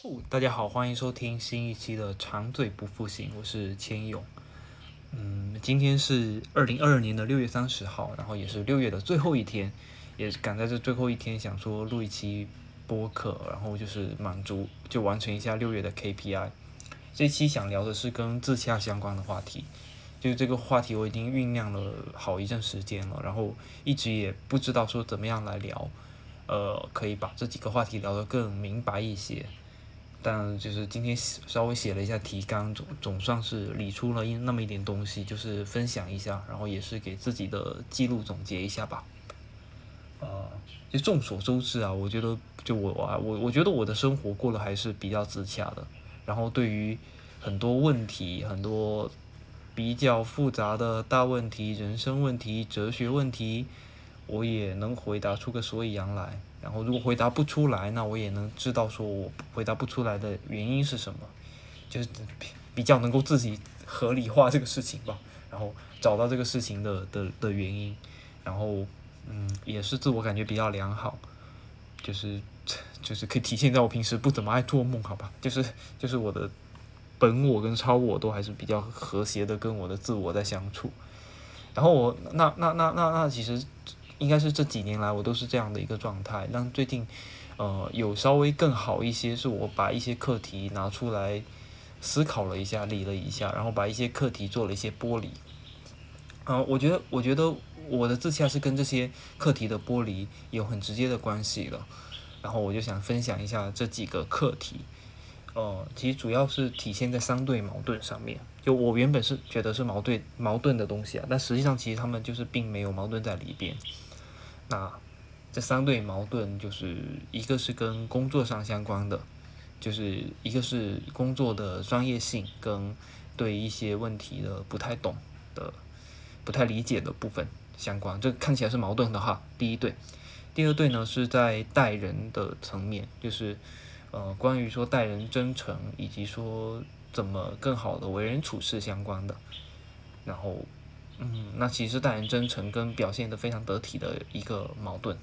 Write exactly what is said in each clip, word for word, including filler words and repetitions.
哦，大家好，欢迎收听新一期的长醉不复醒，我是千勇。嗯，今天是二零二二年的六月三十号，然后也是六月的最后一天，也赶在这最后一天，想说录一期播客，然后就是满足就完成一下六月的 K P I。这一期想聊的是跟自洽相关的话题，就是这个话题我已经酝酿了好一阵时间了，然后一直也不知道说怎么样来聊，呃，可以把这几个话题聊得更明白一些。但就是今天稍微写了一下提纲，总总算是理出了那么一点东西，就是分享一下，然后也是给自己的记录总结一下吧。呃，就众所周知啊，我觉得就我啊，我我觉得我的生活过得还是比较自洽的。然后对于很多问题，很多比较复杂的大问题、人生问题、哲学问题，我也能回答出个所以然来。然后如果回答不出来，那我也能知道说我回答不出来的原因是什么，就是比较能够自己合理化这个事情吧，然后找到这个事情的的的原因，然后嗯也是自我感觉比较良好，就是就是可以体现在我平时不怎么爱做梦，好吧，就是就是我的本我跟超我都还是比较和谐的跟我的自我在相处，然后我那那那那那其实。应该是这几年来我都是这样的一个状态，但最近呃有稍微更好一些，是我把一些课题拿出来思考了一下，理了一下，然后把一些课题做了一些剥离。呃，我觉得我觉得我的自洽是跟这些课题的剥离有很直接的关系了，然后我就想分享一下这几个课题。呃，其实主要是体现在相对矛盾上面。就我原本是觉得是矛盾矛盾的东西啊，但实际上其实他们就是并没有矛盾在里边。那这相对矛盾就是一个是跟工作上相关的，就是一个是工作的专业性跟对一些问题的不太懂的、不太理解的部分相关，这看起来是矛盾的哈。第一对，第二对呢是在待人的层面，就是呃关于说待人真诚以及说怎么更好的为人处事相关的，然后。嗯，那其实待人真诚跟表现得非常得体的一个矛盾，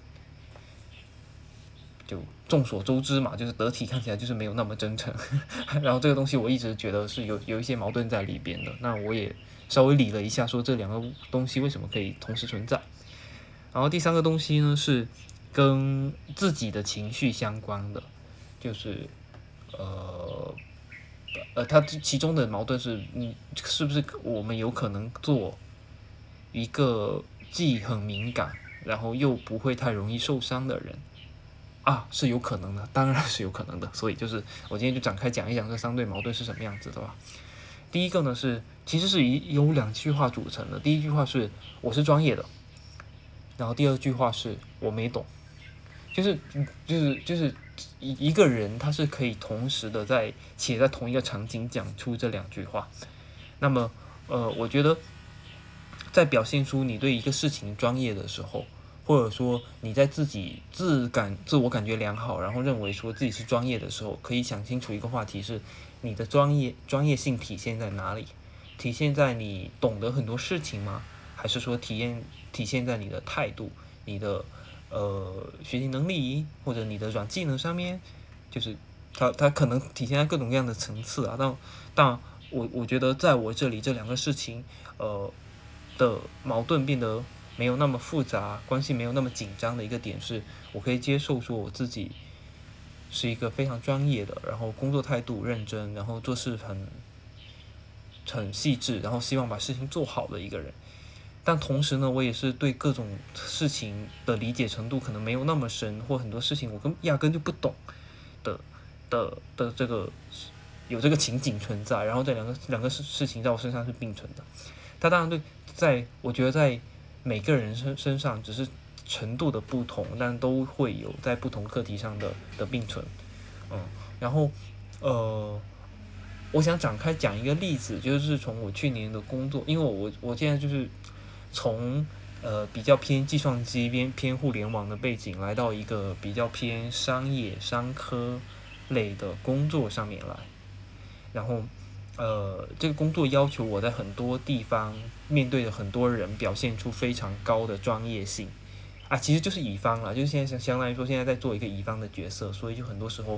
就众所周知嘛，就是得体看起来就是没有那么真诚，然后这个东西我一直觉得是有有一些矛盾在里边的。那我也稍微理了一下，说这两个东西为什么可以同时存在。然后第三个东西呢是跟自己的情绪相关的，就是呃呃，它其中的矛盾是，嗯，是不是我们有可能做一个既很敏感，然后又不会太容易受伤的人啊，是有可能的，当然是有可能的。所以就是我今天就展开讲一讲这相对矛盾是什么样子的吧。第一个呢是，其实是由两句话组成的。第一句话是我是专业的，然后第二句话是我没懂，就是就是就是一一个人他是可以同时的在且在同一个场景讲出这两句话。那么呃，我觉得。在表现出你对一个事情专业的时候，或者说你在自己自感自我感觉良好，然后认为说自己是专业的时候，可以想清楚一个话题是你的专业专业性体现在哪里？体现在你懂得很多事情吗？还是说体验体现在你的态度、你的呃学习能力或者你的软技能上面？就是它它可能体现在各种各样的层次啊。但但我我觉得在我这里这两个事情，呃。的矛盾变得没有那么复杂，关系没有那么紧张的一个点是，我可以接受说我自己是一个非常专业的，然后工作态度认真，然后做事很很细致，然后希望把事情做好的一个人。但同时呢，我也是对各种事情的理解程度可能没有那么深，或很多事情我根压根就不懂的的的这个有这个情景存在，然后这两个两个事事情在我身上是并存的。它当然对，在我觉得在每个人身身上只是程度的不同，但都会有在不同课题上的的并存，嗯，然后呃，我想展开讲一个例子，就是从我去年的工作，因为我我现在就是从呃比较偏计算机偏偏互联网的背景，来到一个比较偏商业商科类的工作上面来，然后。呃，这个工作要求我在很多地方面对着很多人，表现出非常高的专业性啊，其实就是乙方啦，就是现在相当于说现在在做一个乙方的角色，所以就很多时候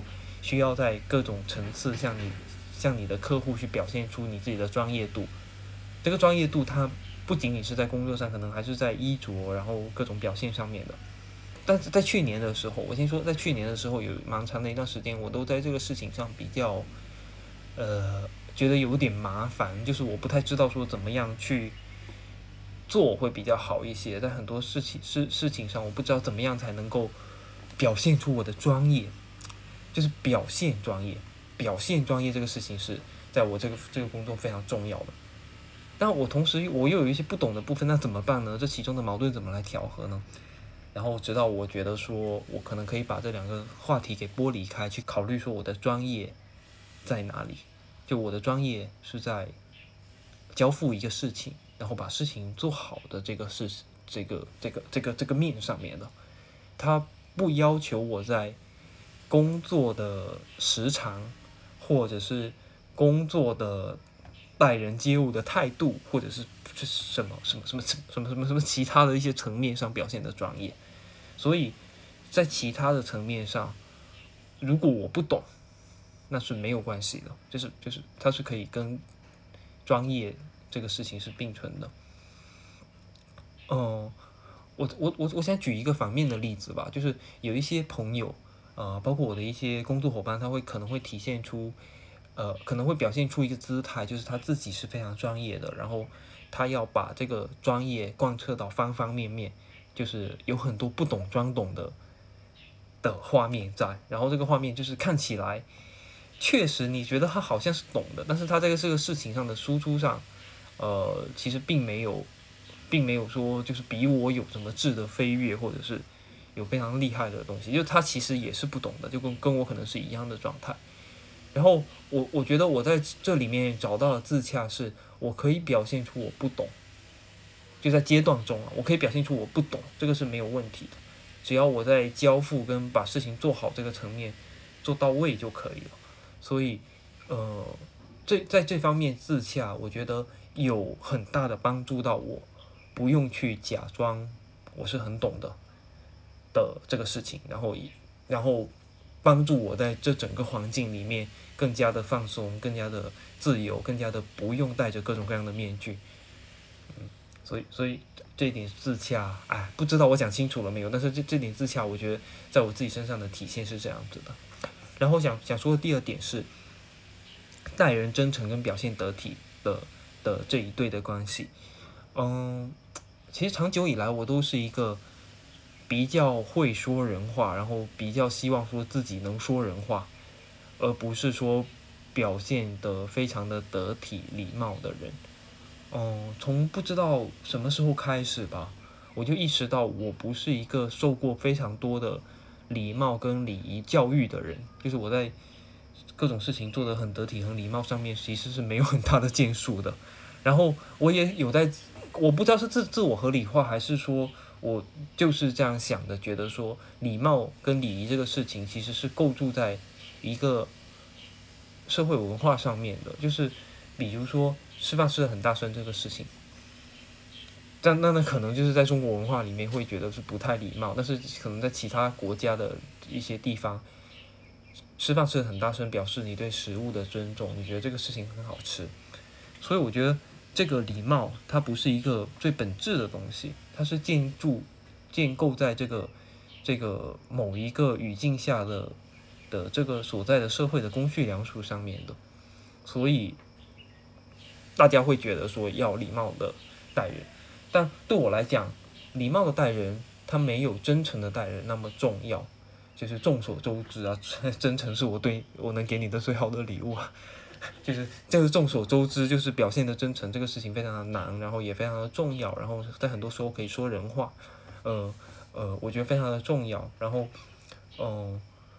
需要在各种层次向你向你的客户去表现出你自己的专业度。这个专业度它不仅仅是在工作上，可能还是在衣着，然后各种表现上面的。但是在去年的时候，我先说，在去年的时候有蛮长的一段时间，我都在这个事情上比较，呃，觉得有点麻烦，就是我不太知道说怎么样去做会比较好一些，在很多事情事事情上，我不知道怎么样才能够表现出我的专业，就是表现专业，表现专业这个事情是在我这个这个工作非常重要的。但我同时我又有一些不懂的部分，那怎么办呢？这其中的矛盾怎么来调和呢？然后直到我觉得说我可能可以把这两个话题给剥离开，去考虑说我的专业在哪里。就我的专业是在交付一个事情，然后把事情做好的这个事这个这个这个这个面上面的，它不要求我在工作的时长，或者是工作的待人接物的态度，或者是什么什么什么什么什么什么其他的一些层面上表现的专业。所以在其他的层面上，如果我不懂，那是没有关系的，就是就是它是可以跟专业这个事情是并存的。嗯、呃，我我我我想举一个反面的例子吧，就是有一些朋友，呃，包括我的一些工作伙伴，他会可能会体现出，呃，可能会表现出一个姿态，就是他自己是非常专业的，然后他要把这个专业贯彻到方方面面。就是有很多不懂装懂的的画面在，然后这个画面就是看起来确实你觉得他好像是懂的，但是他在这个事情上的输出上，呃，其实并没有，并没有说就是比我有什么质的飞跃，或者是有非常厉害的东西，就他其实也是不懂的，就跟跟我可能是一样的状态。然后我我觉得我在这里面找到的自洽是，我可以表现出我不懂。就在阶段中啊，我可以表现出我不懂，这个是没有问题的，只要我在交付跟把事情做好这个层面做到位就可以了。所以，呃，这在这方面自洽，我觉得有很大的帮助到我，不用去假装我是很懂的的这个事情，然后然后帮助我在这整个环境里面更加的放松，更加的自由，更加的不用戴着各种各样的面具。所以，所以这一点自洽，哎，不知道我讲清楚了没有？但是这这点自洽，我觉得在我自己身上的体现是这样子的。然后想想说的第二点是，待人真诚跟表现得体的的这一对的关系。嗯，其实长久以来我都是一个比较会说人话，然后比较希望说自己能说人话，而不是说表现得非常的得体礼貌的人。嗯，从不知道什么时候开始吧，我就意识到我不是一个受过非常多的礼貌跟礼仪教育的人，就是我在各种事情做得很得体、很礼貌上面，其实是没有很大的建树的。然后我也有在，我不知道是自自我合理化，还是说我就是这样想的，觉得说礼貌跟礼仪这个事情其实是构筑在一个社会文化上面的，就是比如说吃饭吃得很大声这个事情，但那那可能就是在中国文化里面会觉得是不太礼貌，但是可能在其他国家的一些地方，吃饭吃得很大声表示你对食物的尊重，你觉得这个事情很好吃。所以我觉得这个礼貌它不是一个最本质的东西，它是建筑建构在这个这个某一个语境下的的这个所在的社会的公序良俗上面的。所以大家会觉得说要礼貌的待人，但对我来讲，礼貌的待人它没有真诚的待人那么重要。就是众所周知啊，真诚是我对我能给你的最好的礼物啊。就是就是众所周知，就是表现的真诚这个事情非常的难，然后也非常的重要，然后在很多时候可以说人话，呃呃，我觉得非常的重要。然后，嗯、呃，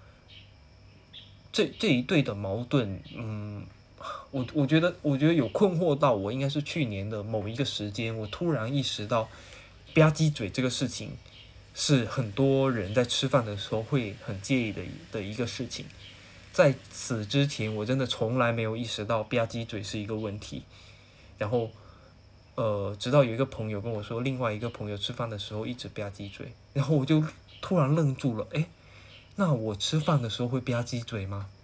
这这一对的矛盾，嗯。我我觉得，我觉得有困惑到我，应该是去年的某一个时间，我突然意识到，吧唧嘴这个事情，是很多人在吃饭的时候会很介意的的一个事情。在此之前，我真的从来没有意识到吧唧嘴是一个问题。然后，呃，直到有一个朋友跟我说，另外一个朋友吃饭的时候一直吧唧嘴，然后我就突然愣住了，诶，那我吃饭的时候会吧唧嘴吗？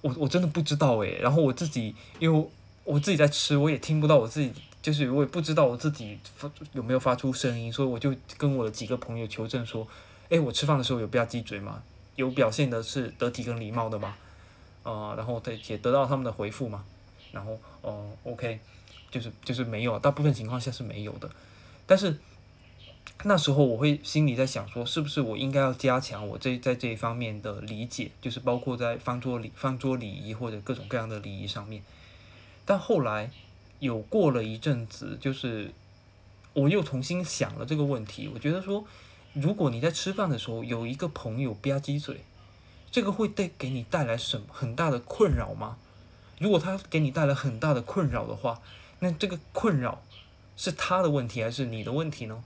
我我真的不知道诶，然后我自己因为我自己在吃，我也听不到我自己，就是我也不知道我自己发有没有发出声音，所以我就跟我的几个朋友求证说，诶，我吃饭的时候有吧唧嘴吗？有表现的是得体跟礼貌的吗？呃，然后也得到他们的回复嘛，然后哦、呃、OK， 就是就是没有，大部分情况下是没有的，但是那时候我会心里在想说，是不是我应该要加强我这在这一方面的理解，就是包括在饭桌礼饭桌礼仪或者各种各样的礼仪上面。但后来有过了一阵子，就是我又重新想了这个问题，我觉得说，如果你在吃饭的时候有一个朋友吧唧嘴，这个会带给你带来什么很大的困扰吗？如果他给你带来很大的困扰的话，那这个困扰是他的问题还是你的问题呢？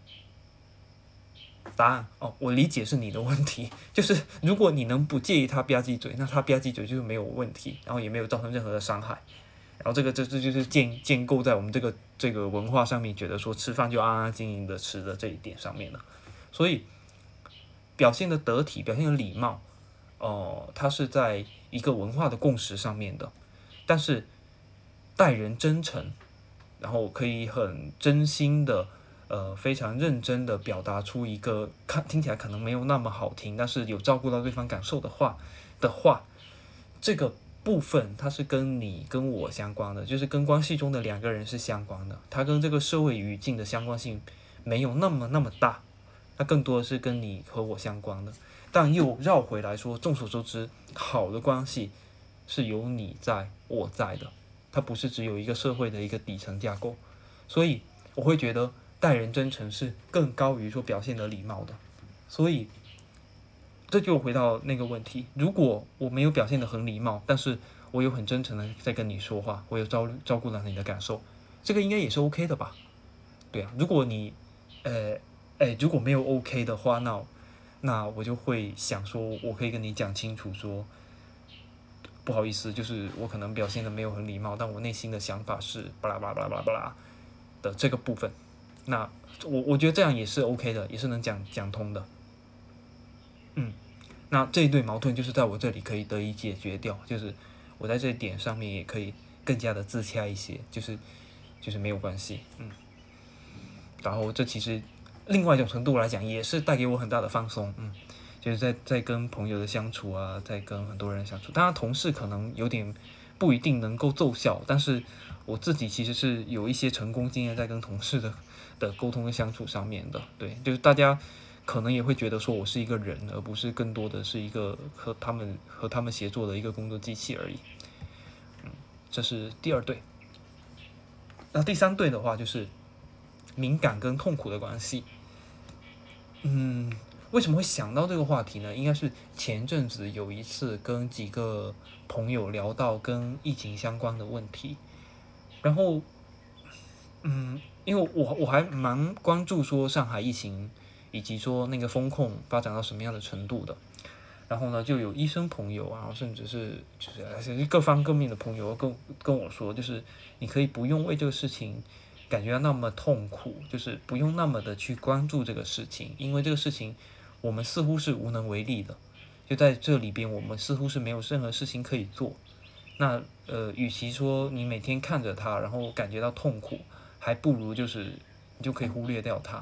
答案哦，我理解是你的问题，就是如果你能不介意他吧唧嘴，那他吧唧嘴就是没有问题，然后也没有造成任何的伤害，然后这个这这就是建建构在我们这个这个文化上面，觉得说吃饭就安安静静的吃的这一点上面了，所以表现的得体，表现的礼貌，哦、呃，它是在一个文化的共识上面的，但是待人真诚，然后可以很真心的。呃，非常认真的表达出一个看听起来可能没有那么好听，但是有照顾到对方感受的话的话，这个部分它是跟你跟我相关的，就是跟关系中的两个人是相关的，它跟这个社会语境的相关性没有那么那么大，它更多的是跟你和我相关的。但又绕回来说，众所周知，好的关系是有你在我在的，它不是只有一个社会的一个底层架构，所以我会觉得。待人真诚是更高于说表现的礼貌的，所以这就回到那个问题，如果我没有表现的很礼貌，但是我有很真诚的在跟你说话，我有照照顾到你的感受，这个应该也是 OK 的吧？对啊，如果你呃哎如果没有 OK 的话，那那我就会想说，我可以跟你讲清楚说，不好意思，就是我可能表现的没有很礼貌，但我内心的想法是巴拉巴拉巴拉巴拉巴拉的这个部分。那我我觉得这样也是 OK 的，也是能讲讲通的。嗯，那这一对矛盾就是在我这里可以得以解决掉，就是我在这一点上面也可以更加的自洽一些，就是就是没有关系，嗯。然后这其实另外一种程度来讲，也是带给我很大的放松，嗯，就是在在跟朋友的相处啊，在跟很多人相处，当然同事可能有点不一定能够奏效，但是我自己其实是有一些成功经验在跟同事的。的沟通跟相处上面的，对，就是大家可能也会觉得说我是一个人，而不是更多的是一个和他们和他们协作的一个工作机器而已。嗯，这是第二对。那第三对的话就是敏感跟痛苦的关系。嗯，为什么会想到这个话题呢？应该是前阵子有一次跟几个朋友聊到跟疫情相关的问题，然后，嗯。因为我我还蛮关注说上海疫情以及说那个风控发展到什么样的程度的，然后呢就有医生朋友啊，甚至是就是各方各面的朋友跟跟我说，就是你可以不用为这个事情感觉到那么痛苦，就是不用那么的去关注这个事情，因为这个事情我们似乎是无能为力的，就在这里边我们似乎是没有任何事情可以做。那呃，与其说你每天看着它，然后感觉到痛苦。还不如就是你就可以忽略掉它。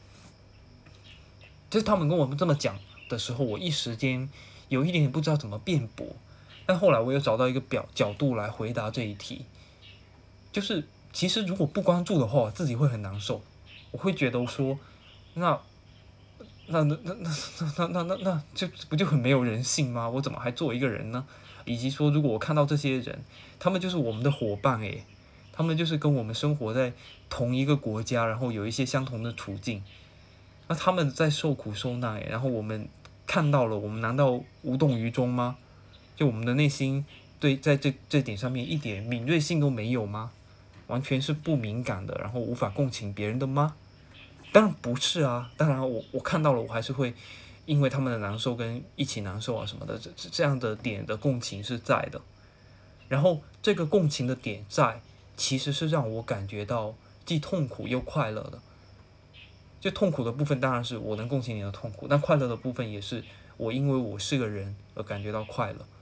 就是他们跟我们这么讲的时候，我一时间有一点点不知道怎么辩驳，但后来我又找到一个表角度来回答这一题，就是其实如果不关注的话，自己会很难受，我会觉得说，那那那那那那那那那就不就很没有人性吗？我怎么还做一个人呢？以及说，如果我看到这些人，他们就是我们的伙伴诶。他们就是跟我们生活在同一个国家，然后有一些相同的处境，那他们在受苦受难，然后我们看到了，我们难道无动于衷吗？就我们的内心对在这这点上面一点敏锐性都没有吗？完全是不敏感的，然后无法共情别人的吗？当然不是啊，当然我我看到了，我还是会因为他们的难受跟一起难受啊什么的，这这样的点的共情是在的，然后这个共情的点在。其实是让我感觉到既痛苦又快乐的。就痛苦的部分当然是我能共情你的痛苦，但快乐的部分也是我因为我是个人而感觉到快乐。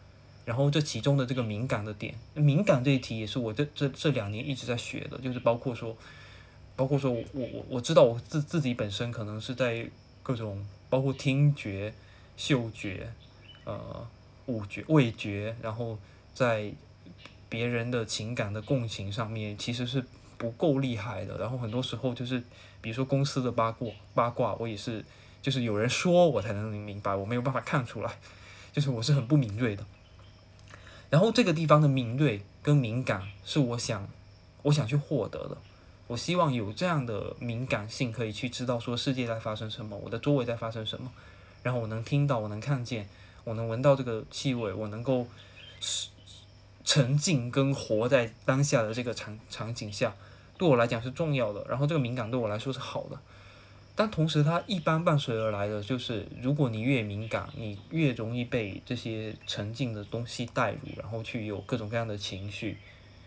然后这其中的这个敏感的点，敏感这一题也是我这这这两年一直在学的，就是包括说，包括说我我我知道我自自己本身可能是在各种包括听觉、嗅觉、呃五觉、味觉，然后在别人的情感的共情上面其实是不够厉害的，然后很多时候就是比如说公司的八卦八卦，我也是就是有人说我才能明白，我没有办法看出来，就是我是很不敏锐的。然后这个地方的敏锐跟敏感是我想我想去获得的，我希望有这样的敏感性，可以去知道说世界在发生什么，我的周围在发生什么，然后我能听到，我能看见，我能闻到这个气味，我能够沉浸跟活在当下的这个场场景下，对我来讲是重要的。然后这个敏感对我来说是好的，但同时它一般伴随而来的就是，如果你越敏感，你越容易被这些沉浸的东西带入，然后去有各种各样的情绪。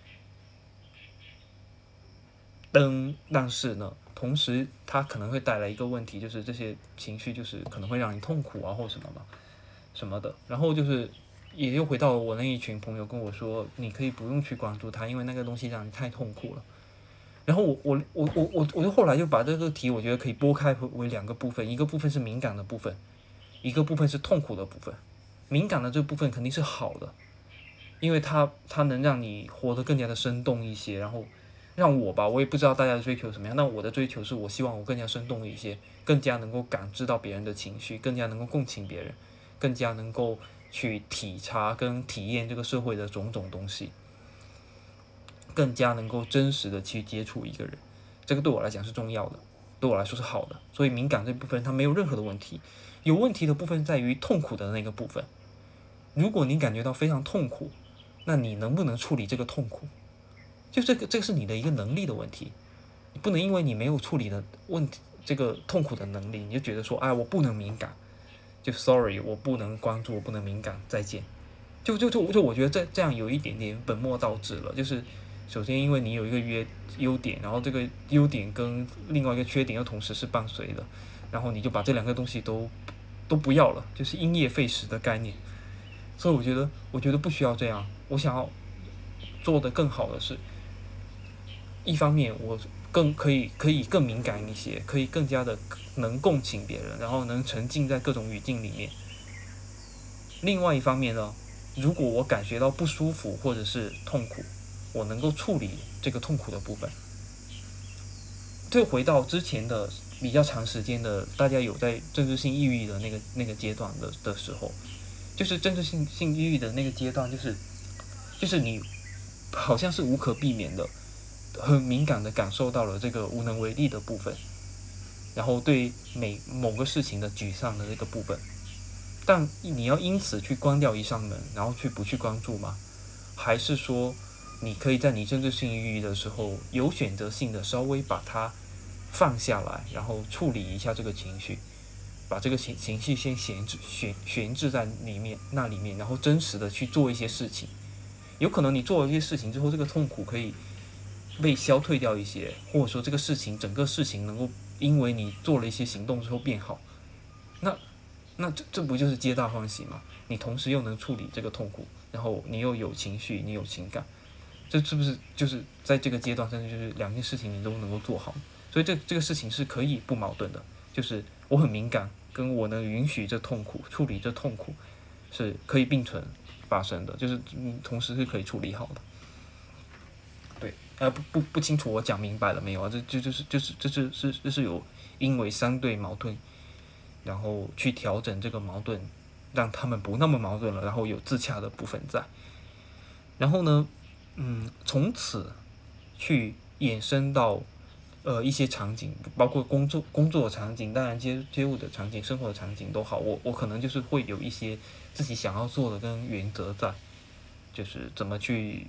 但但是呢，同时它可能会带来一个问题，就是这些情绪就是可能会让你痛苦啊，或什么嘛，什么的。然后就是也又回到我那一群朋友跟我说，你可以不用去关注它，因为那个东西让你太痛苦了。然后我我我我我我就后来就把这个题，我觉得可以拨开为两个部分，一个部分是敏感的部分，一个部分是痛苦的部分。敏感的这部分肯定是好的，因为它它能让你活得更加的生动一些，然后让我吧，我也不知道大家的追求什么样，那我的追求是我希望我更加生动一些，更加能够感知到别人的情绪，更加能够共情别人，更加能够去体察跟体验这个社会的种种东西。更加能够真实的去接触一个人，这个对我来讲是重要的，对我来说是好的。所以敏感这部分它没有任何的问题，有问题的部分在于痛苦的那个部分。如果你感觉到非常痛苦，那你能不能处理这个痛苦？就这个，这个是你的一个能力的问题。你不能因为你没有处理的问题，这个痛苦的能力，你就觉得说，哎，我不能敏感，就 sorry， 我不能关注，我不能敏感，再见。就就就就我觉得这这样有一点点本末倒置了，就是。首先，因为你有一个优优点，然后这个优点跟另外一个缺点又同时是伴随的，然后你就把这两个东西都都不要了，就是因噎废食的概念。所以我觉得，我觉得不需要这样。我想要做得更好的是，一方面我更可以可以更敏感一些，可以更加的能共情别人，然后能沉浸在各种语境里面。另外一方面呢，如果我感觉到不舒服或者是痛苦，我能够处理这个痛苦的部分。就回到之前的比较长时间的，大家有在政治性抑郁的那个那个阶段的的时候，就是政治性性抑郁的那个阶段，就是就是你好像是无可避免的，很敏感的感受到了这个无能为力的部分，然后对每某个事情的沮丧的这个部分。但你要因此去关掉一扇门，然后去不去关注吗？还是说？你可以在你政治性抑郁的时候，有选择性的稍微把它放下来，然后处理一下这个情绪，把这个情情绪先闲置、悬悬置在里面那里面，然后真实的去做一些事情。有可能你做了一些事情之后，这个痛苦可以被消退掉一些，或者说这个事情整个事情能够因为你做了一些行动之后变好。那那这这不就是皆大欢喜吗？你同时又能处理这个痛苦，然后你又有情绪，你有情感。这是不是就是在这个阶段，甚至就是两件事情你都能够做好？所以这这个事情是可以不矛盾的，就是我很敏感，跟我能允许这痛苦、处理这痛苦，是可以并存发生的，就是嗯，同时是可以处理好的。对，呃，不不不清楚我讲明白了没有啊？这这就是就是这是是这是有因为相对矛盾，然后去调整这个矛盾，让他们不那么矛盾了，然后有自洽的部分在。然后呢？嗯，从此去衍生到呃一些场景，包括工作工作的场景，当然接接触的场景、生活的场景都好，我我可能就是会有一些自己想要做的跟原则在，就是怎么去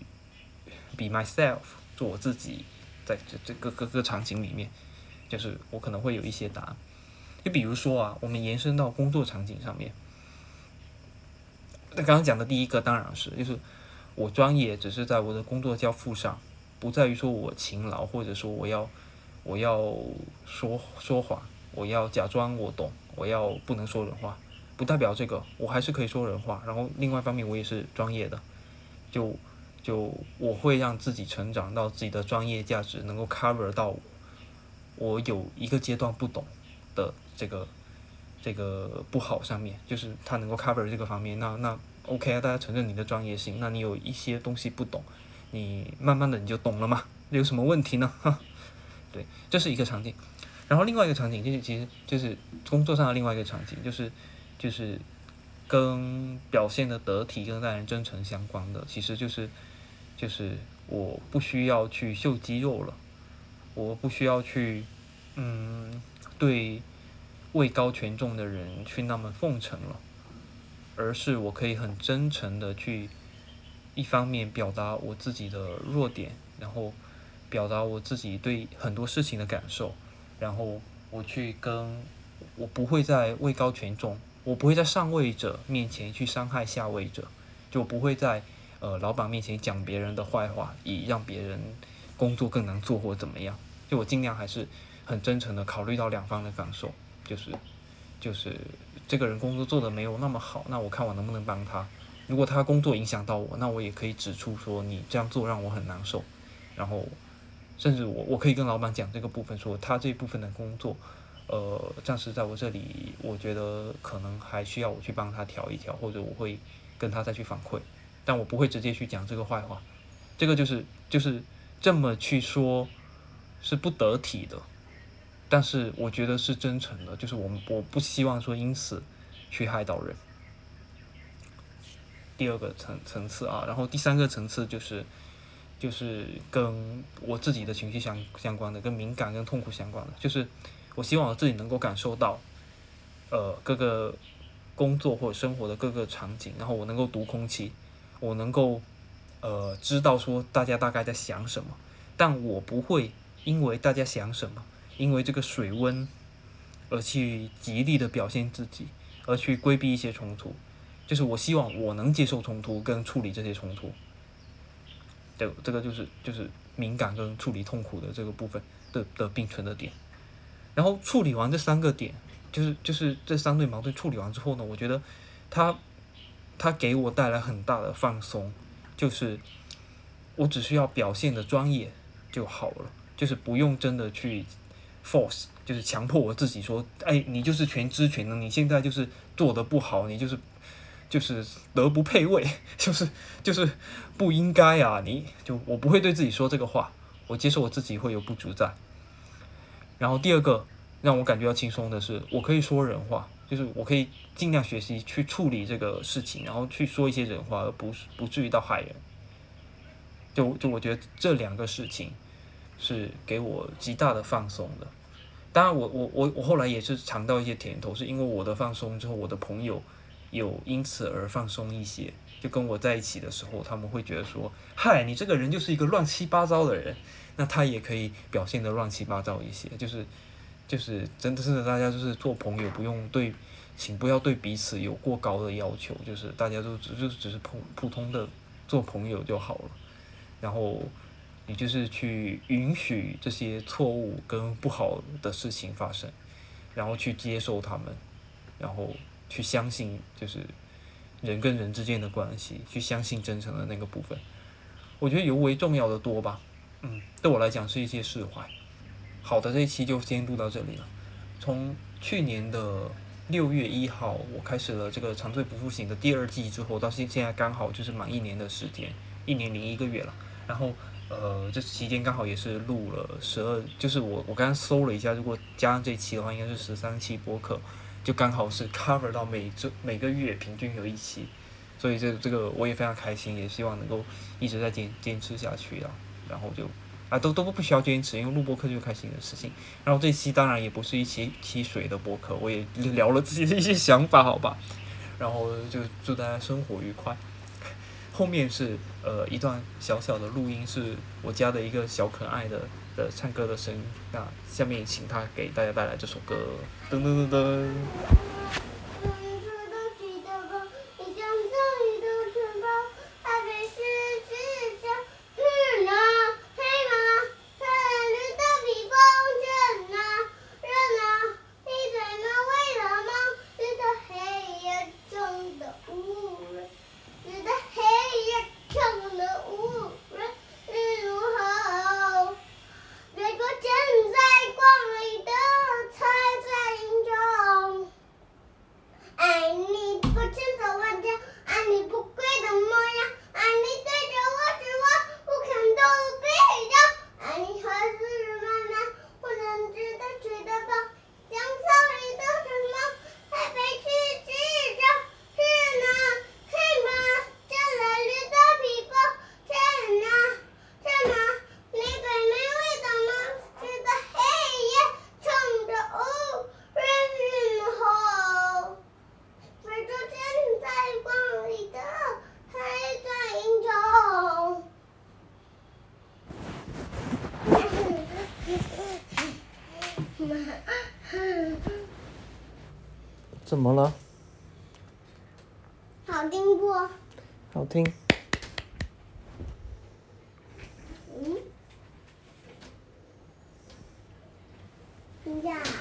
be myself 做我自己，在这这各各个场景里面，就是我可能会有一些答案。就比如说啊，我们延伸到工作场景上面，那刚刚讲的第一个当然是就是。我专业只是在我的工作交付上，不在于说我勤劳，或者说我要我要说说谎，我要假装我懂，我要不能说人话， 不代表这个我还是可以说人话，然后另外一方面我也是专业的，就就我会让自己成长到自己的专业价值能够 cover 到我有一个阶段不懂的这个这个不好上面，就是它能够 cover 这个方面，那那 OK 啊，大家承认你的专业性，那你有一些东西不懂，你慢慢的你就懂了嘛，有什么问题呢？对，这是一个场景。然后另外一个场景就是其实就是工作上的另外一个场景，就是就是跟表现的得体跟待人真诚相关的，其实就是就是我不需要去秀肌肉了，我不需要去嗯对位高权重的人去那么奉承了，而是我可以很真诚的去一方面表达我自己的弱点，然后表达我自己对很多事情的感受，然后我去跟我不会在位高权重，我不会在上位者面前去伤害下位者，就不会在呃老板面前讲别人的坏话，以让别人工作更难做或怎么样。就我尽量还是很真诚的考虑到两方的感受，就是就是这个人工作做得没有那么好，那我看我能不能帮他。如果他工作影响到我，那我也可以指出说你这样做让我很难受，然后甚至我我可以跟老板讲这个部分，说他这部分的工作，呃，暂时在我这里，我觉得可能还需要我去帮他调一调，或者我会跟他再去反馈，但我不会直接去讲这个坏话，这个就是就是这么去说是不得体的，但是我觉得是真诚的，就是我们我不希望说因此去害到人。第二个层层次啊，然后第三个层次就是就是跟我自己的情绪相相关的，跟敏感跟痛苦相关的，就是我希望我自己能够感受到，呃，各个工作或者生活的各个场景，然后我能够读空气，我能够呃知道说大家大概在想什么，但我不会因为大家想什么，因为这个水温而去极力的表现自己，而去规避一些冲突。就是我希望我能接受冲突跟处理这些冲突，对，这个就是就是敏感跟处理痛苦的这个部分的的并存的点。然后处理完这三个点，就是就是这三对矛盾处理完之后呢，我觉得它它给我带来很大的放松，就是我只需要表现的专业就好了，就是不用真的去 force， 就是强迫我自己说，哎，你就是全知全能，你现在就是做得不好，你就是就是德不配位，就是就是不应该啊！你就我不会对自己说这个话，我接受我自己会有不足在。然后第二个让我感觉到轻松的是，我可以说人话，就是我可以尽量学习去处理这个事情，然后去说一些人话，而不不至于到害人。就就我觉得这两个事情是给我极大的放松的。当然我，我我我后来也是尝到一些甜头，是因为我的放松之后，我的朋友有因此而放松一些，就跟我在一起的时候，他们会觉得说，嗨，你这个人就是一个乱七八糟的人，那他也可以表现得乱七八糟一些，就是就是真的是大家就是做朋友不用对，请不要对彼此有过高的要求，就是大家都只就只是普普通的做朋友就好了，然后你就是去允许这些错误跟不好的事情发生，然后去接受他们，然后去相信就是人跟人之间的关系，去相信真诚的那个部分，我觉得尤为重要的多吧。嗯，对我来讲是一些释怀。好的，这一期就先录到这里了。从去年的六月一号，我开始了这个长醉不复醒的第二季之后，到现现在刚好就是满一年的时间，一年零一个月了。然后呃，这期间刚好也是录了十二，就是我我刚刚搜了一下，如果加上这一期的话，应该是十三期播客，就刚好是 cover 到每周每个月平均有一期，所以这这个我也非常开心，也希望能够一直在坚坚持下去啊，然后就啊都都不需要坚持，因为录播客就是开心的事情。然后这期当然也不是一期期水的播客，我也聊了自己的一些想法，好吧，然后就祝大家生活愉快。后面是呃一段小小的录音，是我家的一个小可爱的的唱歌的声音。那下面请他给大家带来这首歌，噔噔噔噔。 怎么了？ 好听不？ 好听。 嗯，听一下。